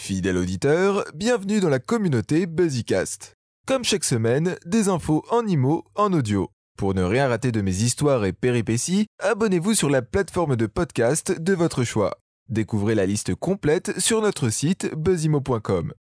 Fidèle auditeur, bienvenue dans la communauté BuzzyCast. Comme chaque semaine, des infos en IMO, en audio. Pour ne rien rater de mes histoires et péripéties, abonnez-vous sur la plateforme de podcast de votre choix. Découvrez la liste complète sur notre site buzzimo.com.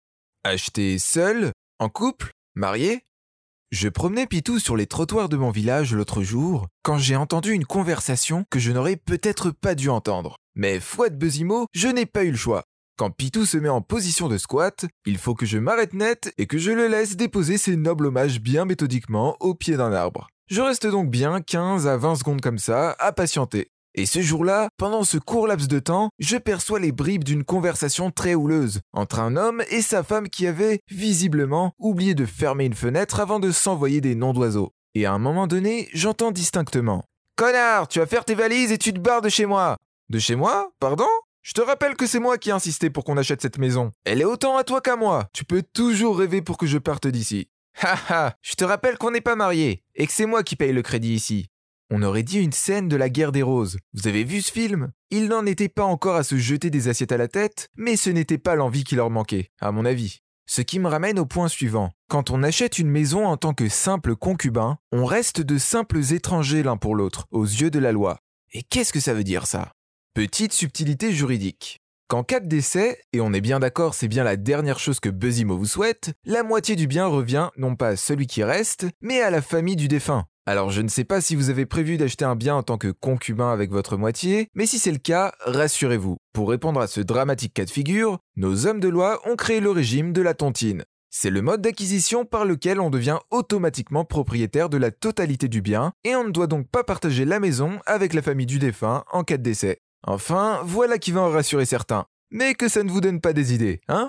Acheter seul? En couple? Marié? Je promenais Pitou sur les trottoirs de mon village l'autre jour quand j'ai entendu une conversation que je n'aurais peut-être pas dû entendre. Mais foi de Buzzimo, je n'ai pas eu le choix. Quand Pitou se met en position de squat, il faut que je m'arrête net et que je le laisse déposer ses nobles hommages bien méthodiquement au pied d'un arbre. Je reste donc bien 15 à 20 secondes comme ça, à patienter. Et ce jour-là, pendant ce court laps de temps, je perçois les bribes d'une conversation très houleuse entre un homme et sa femme qui avaient, visiblement, oublié de fermer une fenêtre avant de s'envoyer des noms d'oiseaux. Et à un moment donné, j'entends distinctement « Connard, tu vas faire tes valises et tu te barres de chez moi !» « De chez moi? Pardon ? Je te rappelle que c'est moi qui ai insisté pour qu'on achète cette maison. Elle est autant à toi qu'à moi. Tu peux toujours rêver pour que je parte d'ici. Haha, je te rappelle qu'on n'est pas mariés et que c'est moi qui paye le crédit ici. » On aurait dit une scène de la guerre des roses. Vous avez vu ce film? Ils n'en étaient pas encore à se jeter des assiettes à la tête, mais ce n'était pas l'envie qui leur manquait, à mon avis. Ce qui me ramène au point suivant. Quand on achète une maison en tant que simple concubin, on reste de simples étrangers l'un pour l'autre, aux yeux de la loi. Et qu'est-ce que ça veut dire ça? Petite subtilité juridique. Qu'en cas de décès, et on est bien d'accord, c'est bien la dernière chose que Buzzimo vous souhaite, la moitié du bien revient non pas à celui qui reste, mais à la famille du défunt. Alors je ne sais pas si vous avez prévu d'acheter un bien en tant que concubin avec votre moitié, mais si c'est le cas, rassurez-vous. Pour répondre à ce dramatique cas de figure, nos hommes de loi ont créé le régime de la tontine. C'est le mode d'acquisition par lequel on devient automatiquement propriétaire de la totalité du bien, et on ne doit donc pas partager la maison avec la famille du défunt en cas de décès. Enfin, voilà qui va en rassurer certains. Mais que ça ne vous donne pas des idées, hein?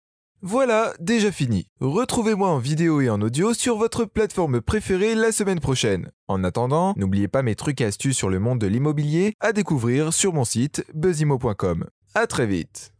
Voilà, déjà fini. Retrouvez-moi en vidéo et en audio sur votre plateforme préférée la semaine prochaine. En attendant, n'oubliez pas mes trucs et astuces sur le monde de l'immobilier à découvrir sur mon site buzzimo.com. À très vite.